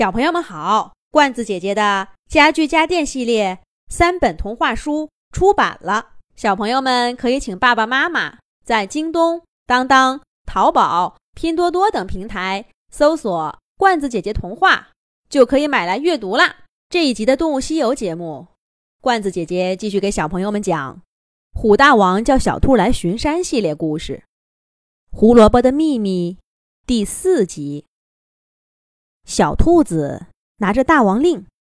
小朋友们好，罐子姐姐的家具家电系列3本童话书出版了，小朋友们可以请爸爸妈妈在京东、当当、淘宝、拼多多等平台搜索罐子姐姐童话，就可以买来阅读啦。这一集的动物西游节目，罐子姐姐继续给小朋友们讲虎大王叫小兔来巡山系列故事，胡萝卜的秘密第4集。小兔子拿着大王令。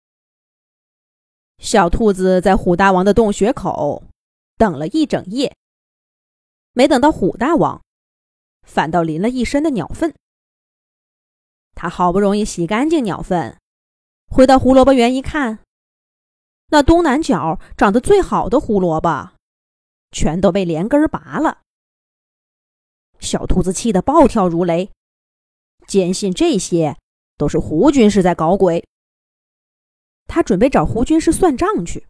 小兔子在虎大王的洞穴口等了一整夜，没等到虎大王，反倒淋了一身的鸟粪。他好不容易洗干净鸟粪，回到胡萝卜园一看，那东南角长得最好的胡萝卜全都被连根拔了。小兔子气得暴跳如雷，坚信这些都是胡军师在搞鬼。他准备找胡军师算账去，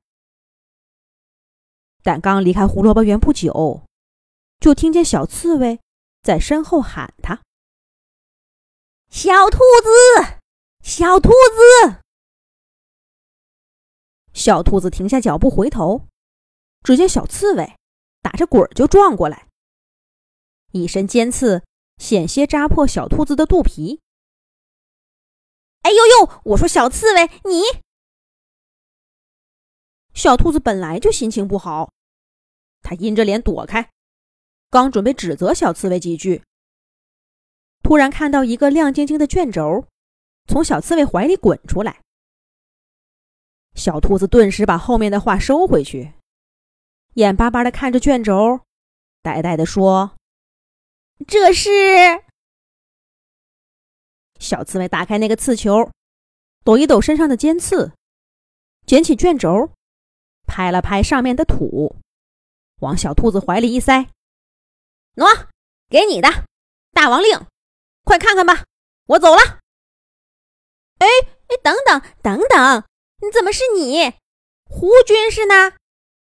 但刚离开胡萝卜园不久，就听见小刺猬在身后喊他：“小兔子，小兔子！”小兔子停下脚步回头，只见小刺猬打着滚就撞过来，一身尖刺险些扎破小兔子的肚皮。哎呦呦！我说小刺猬，你！小兔子本来就心情不好，他阴着脸躲开，刚准备指责小刺猬几句，突然看到一个亮晶晶的卷轴从小刺猬怀里滚出来。小兔子顿时把后面的话收回去，眼巴巴地看着卷轴，呆呆地说：“这是……”小刺猬打开那个刺球，抖一抖身上的尖刺，捡起卷轴，拍了拍上面的土，往小兔子怀里一塞：“喏，给你的大王令，快看看吧，我走了。”哎，等等，怎么是你？胡军师呢？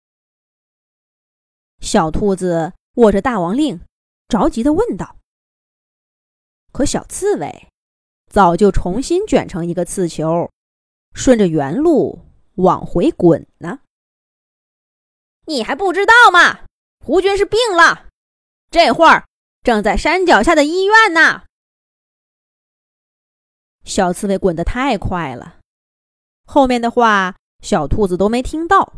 小兔子握着大王令，着急地问道。可小刺猬早就重新卷成一个刺球，顺着原路往回滚呢。你还不知道吗？胡军师病了，这会儿正在山脚下的医院呢。小刺猬滚得太快了，后面的话小兔子都没听到。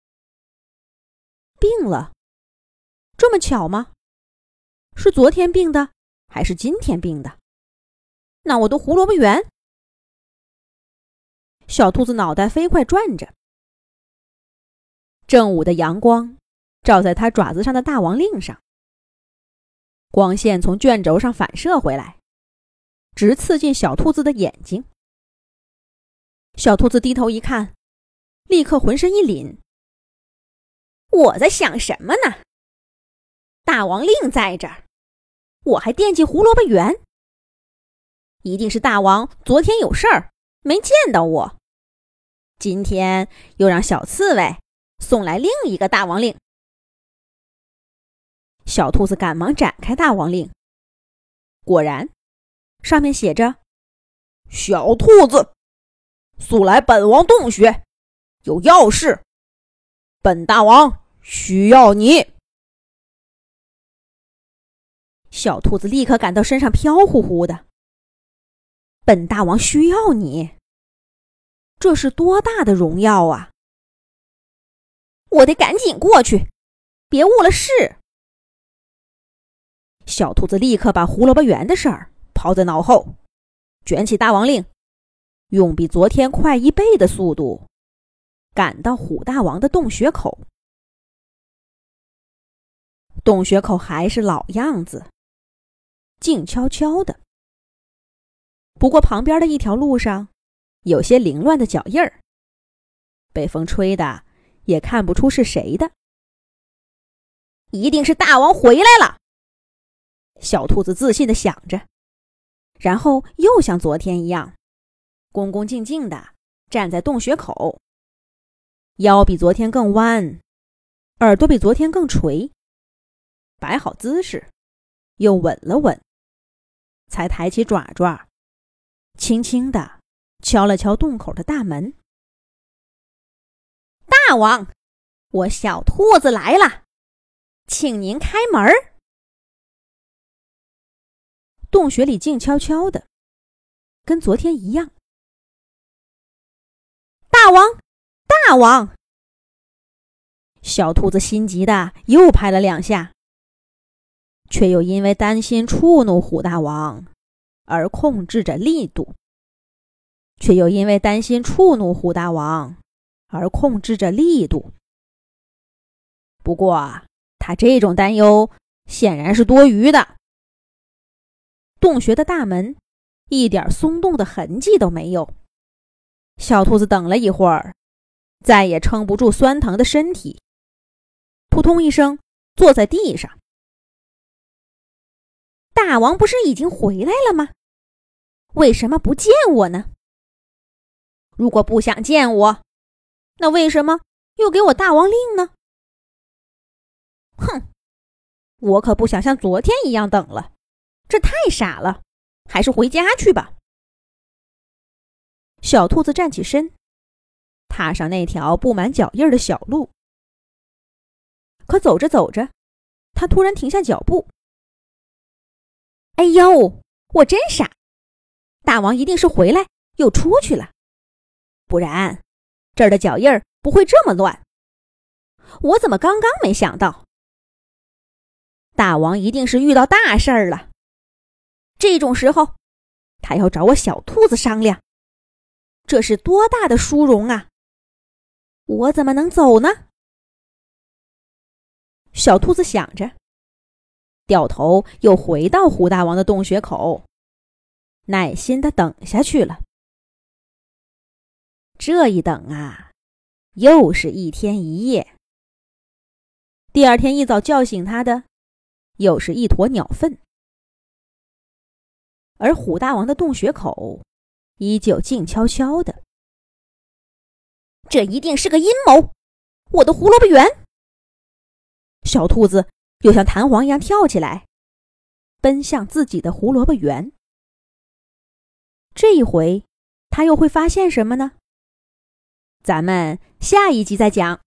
病了？这么巧吗？是昨天病的，还是今天病的？那我的胡萝卜园？小兔子脑袋飞快转着。正午的阳光照在它爪子上的大王令上，光线从卷轴上反射回来，直刺进小兔子的眼睛。小兔子低头一看，立刻浑身一凛。我在想什么呢？大王令在这儿，我还惦记胡萝卜园。一定是大王昨天有事儿没见到我，今天又让小刺猬送来另一个大王令。小兔子赶忙展开大王令，果然上面写着：“小兔子，速来本王洞穴，有要事，本大王需要你。”小兔子立刻感到身上飘乎乎的。本大王需要你，这是多大的荣耀啊！我得赶紧过去，别误了事。小兔子立刻把胡萝卜园的事儿抛在脑后，卷起大王令，用比昨天快1倍的速度赶到虎大王的洞穴口。洞穴口还是老样子，静悄悄的。不过旁边的一条路上有些凌乱的脚印儿，被风吹的也看不出是谁的。一定是大王回来了，小兔子自信地想着，然后又像昨天一样，恭恭敬敬地站在洞穴口，腰比昨天更弯，耳朵比昨天更垂，摆好姿势，又稳了稳，才抬起爪爪，轻轻地敲了敲洞口的大门。大王，我小兔子来了，请您开门。洞穴里静悄悄的，跟昨天一样。大王，大王！小兔子心急的又拍了2下，却又因为担心触怒虎大王而控制着力度，不过他这种担忧显然是多余的。洞穴的大门一点松动的痕迹都没有。小兔子等了一会儿，再也撑不住酸疼的身体，扑通一声坐在地上。大王不是已经回来了吗？为什么不见我呢？如果不想见我，那为什么又给我大王令呢？哼，我可不想像昨天一样等了，这太傻了，还是回家去吧。小兔子站起身，踏上那条布满脚印的小路。可走着走着，它突然停下脚步。哎呦，我真傻！大王一定是回来又出去了，不然这儿的脚印不会这么乱。我怎么刚刚没想到？大王一定是遇到大事儿了。这种时候，他要找我小兔子商量，这是多大的殊荣啊！我怎么能走呢？小兔子想着，掉头又回到虎大王的洞穴口，耐心地等下去了。这一等啊，又是1天1夜。第2天一早叫醒他的，又是一坨鸟粪。而虎大王的洞穴口依旧静悄悄的。这一定是个阴谋！我的胡萝卜园！小兔子又像弹簧一样跳起来，奔向自己的胡萝卜园。这一回，他又会发现什么呢？咱们下一集再讲。